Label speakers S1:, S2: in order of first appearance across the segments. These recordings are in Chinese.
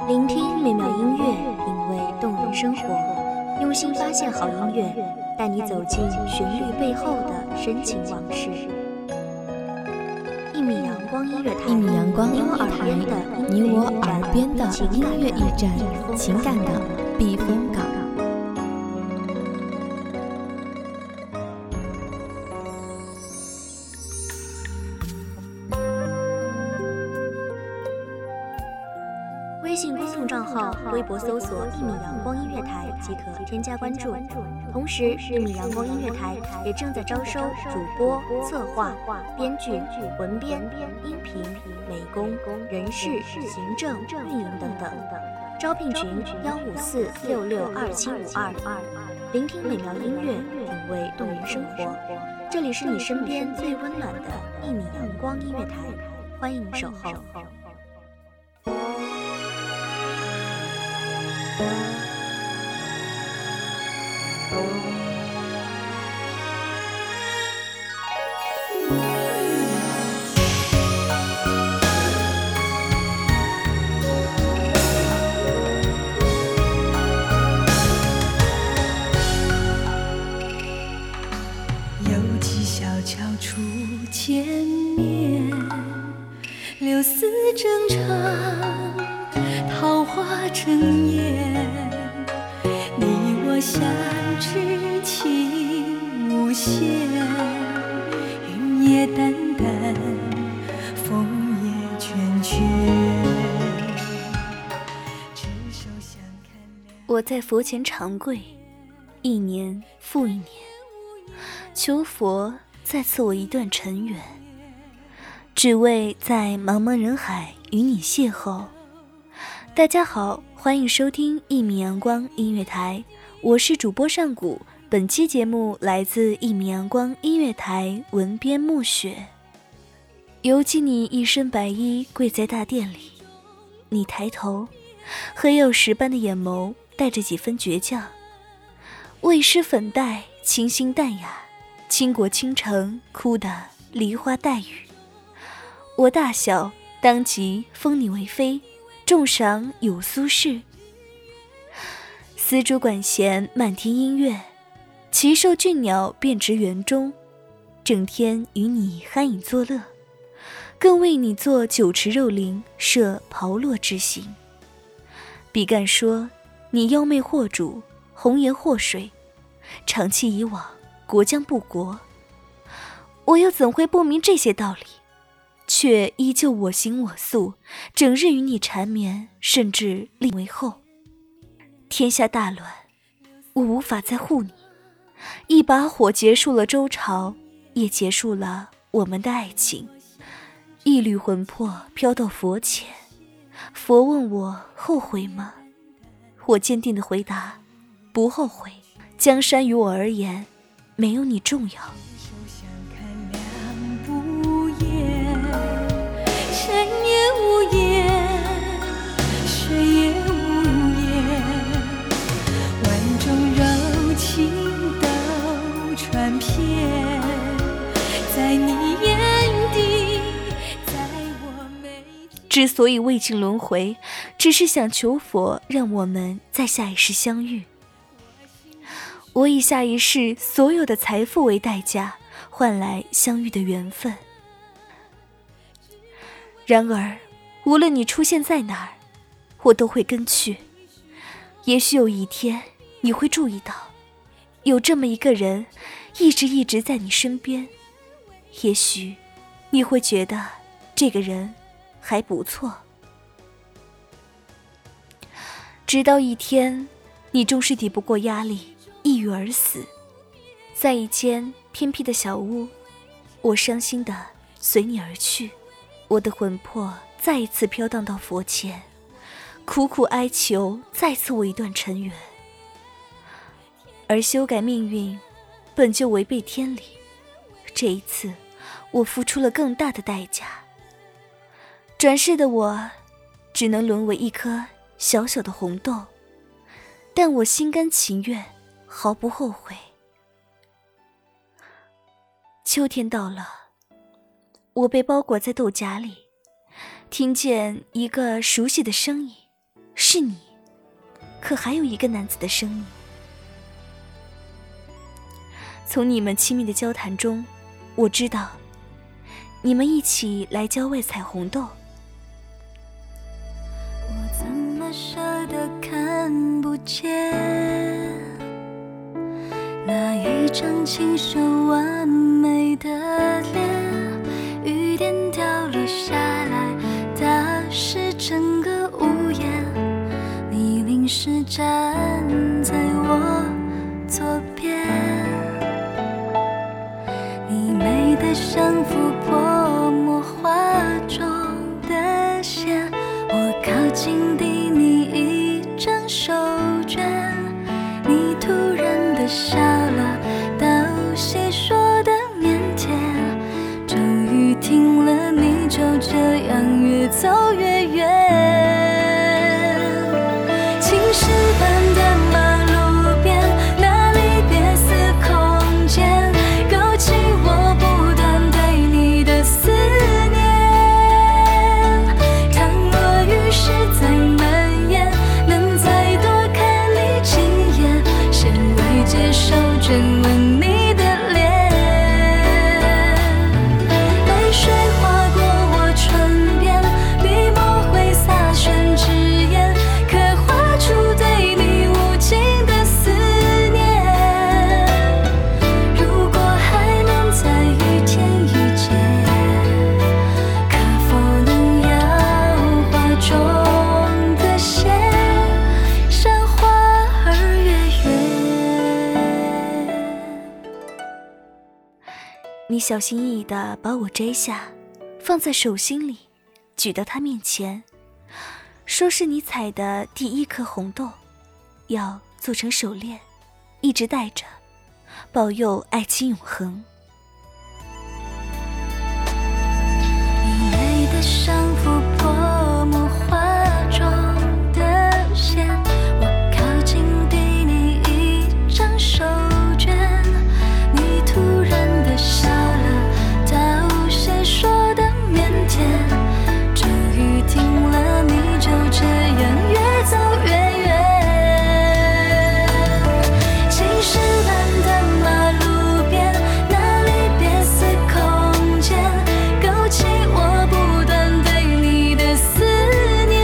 S1: 聆听美妙音乐，品味动人生活，用心发现好音乐，带你走进旋律背后的深情往事。一米阳光音乐台，
S2: 你我耳边的音乐驿站，情感的避风港。
S1: 微信公众账号、微博搜索“一米阳光音乐台”即可添加关注。同时，一米阳光音乐台也正在招收主播、策划、编剧、文编、音频、美工、人事、行政、运营等等。招聘群154662752。聆听美妙音乐，品味动人生活。这里是你身边最温暖的一米阳光音乐台，欢迎守候。
S3: 有几小桥初见面，柳丝正长，桃花正艳，你我相知情无限，云也淡淡，风也倦倦，执手相看两。
S4: 我在佛前长跪，一年复一年，求佛再赐我一段尘缘，只为在茫茫人海与你邂逅。大家好，欢迎收听一米阳光音乐台，我是主播上古。本期节目来自一米阳光音乐台，文编暮雪。犹记你一身白衣跪在大殿里，你抬头，黑曜石般的眼眸带着几分倔强，未施粉黛，清新淡雅，倾国倾城，哭得梨花带雨。我大小当即封你为妃，重赏有苏轼。丝竹管弦，漫天音乐，奇兽俊鸟遍植园中，整天与你酣饮作乐，更为你做酒池肉林，设炮烙之刑。比干说你妖媚惑主，红颜祸水，长期以往，国将不国。我又怎会不明这些道理，却依旧我行我素，整日与你缠绵，甚至令为后。天下大乱，我无法再护你，一把火结束了周朝，也结束了我们的爱情。一缕魂魄飘到佛前，佛问我后悔吗？我坚定地回答，不后悔。江山于我而言，没有你重要。
S3: 手相看两不厌，山也无言，水也无言，万种柔情都传遍，在你眼底，在我眉间。
S4: 之所以未尽轮回，只是想求佛让我们在下一世相遇。我以下一世所有的财富为代价，换来相遇的缘分。然而，无论你出现在哪儿，我都会跟去。也许有一天，你会注意到，有这么一个人，一直在你身边。也许，你会觉得这个人还不错。直到一天，你终是抵不过压力，抑郁而死。在一间偏僻的小屋，我伤心地随你而去。我的魂魄再一次飘荡到佛前，苦苦哀求再赐我一段尘缘。而修改命运本就违背天理，这一次我付出了更大的代价。转世的我只能沦为一颗小小的红豆，但我心甘情愿，毫不后悔。秋天到了，我被包裹在豆荚里，听见一个熟悉的声音， 是你，可还有一个男子的声音。从你们亲密的交谈中，我知道你们一起来郊外采红豆。
S3: 我怎么舍得看不见那一张清秀完美的脸，雨点掉落下来打湿整个屋檐，你淋湿站在我左边，你美得像幅泼墨画中的线，我靠近递你一张手绢，你突然的笑了，道谢说的腼腆，终于停了，你就这样越走越远。青石板的马路边，那里别似空间，勾起我不断对你的思念。倘若雨势再蔓延，能再多看你几眼，先未接受真吻你的脸，泪水划过我唇边，笔墨挥洒宣纸砚，刻画出对你无尽的思念。如果还能在雨天遇见，可否能摇花中的线，赏花儿月圆。
S4: 你小心翼翼地把我摘下，放在手心里，举到他面前，说是你采的第一颗红豆，要做成手链，一直戴着，保佑爱情永恒。
S3: 你美得像幅泼墨画中的线，我靠近递你一张手绢，你突然的笑了，道谢说的腼腆，终于停了，你就这样越走越远。青石板的马路边，那里别似空间，勾起我不断对你的思念。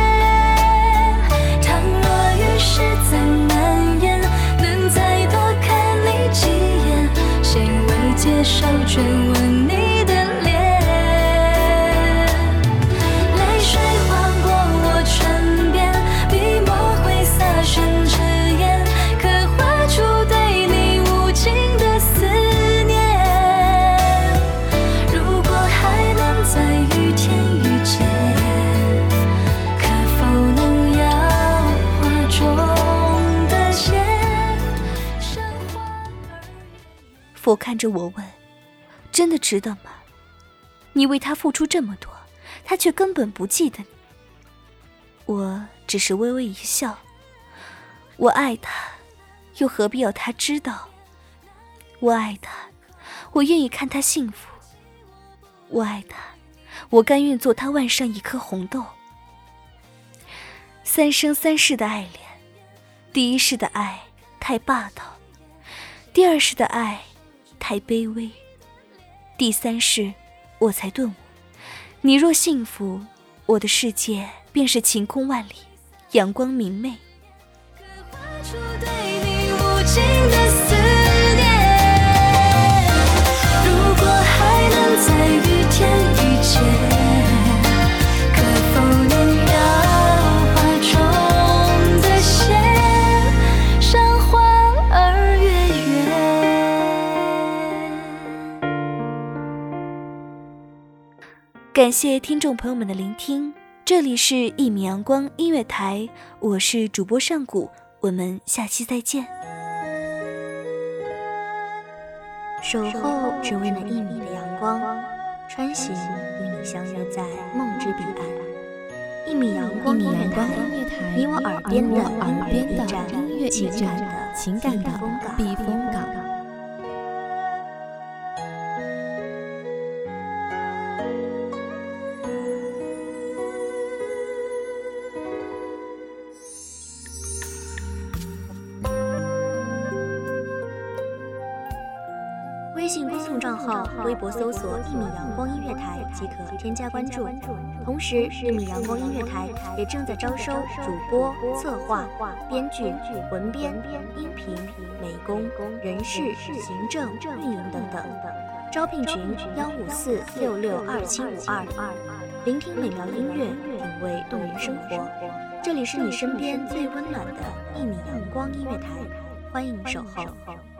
S3: 倘若雨势再蔓延，能再多看你几眼，谁未接受全吻你的脸，泪水划过我唇边，笔墨挥洒宣纸砚，刻画出对你无尽的思念。如果还能在雨天遇见，可否能摇花中的线，赏花儿
S4: 佛看着我问，真的值得吗？你为他付出这么多，他却根本不记得你。我只是微微一笑，我爱他，又何必要他知道？我爱他，我愿意看他幸福。我爱他，我甘愿做他腕上一颗红豆。三生三世的爱恋，第一世的爱太霸道，第二世的爱太卑微，第三世我才顿悟，你若幸福，我的世界便是晴空万里，阳光明媚。
S3: 刻画出对你无尽的思念。如果还能在雨天遇见，可否能摇花中的线，赏花儿月圆。
S4: 感谢听众朋友们的聆听，这里是一米阳光音乐台，我是主播上古，我们下期再见。
S1: 守候只为那1米的阳光，穿行与你相约在梦之彼岸。1米阳光音乐台，你我耳边的音乐驿站，
S2: 情感的避风港。
S1: 微信公众账号、微博搜索“一米阳光音乐台”即可添加关注。同时，一米阳光音乐台也正在招收主播、策划、编剧、文编、音频、美工、人事、行政、运营等等。招聘群154662752。聆听美妙音乐，品味动人生活。这里是你身边最温暖的一米阳光音乐台，欢迎守候。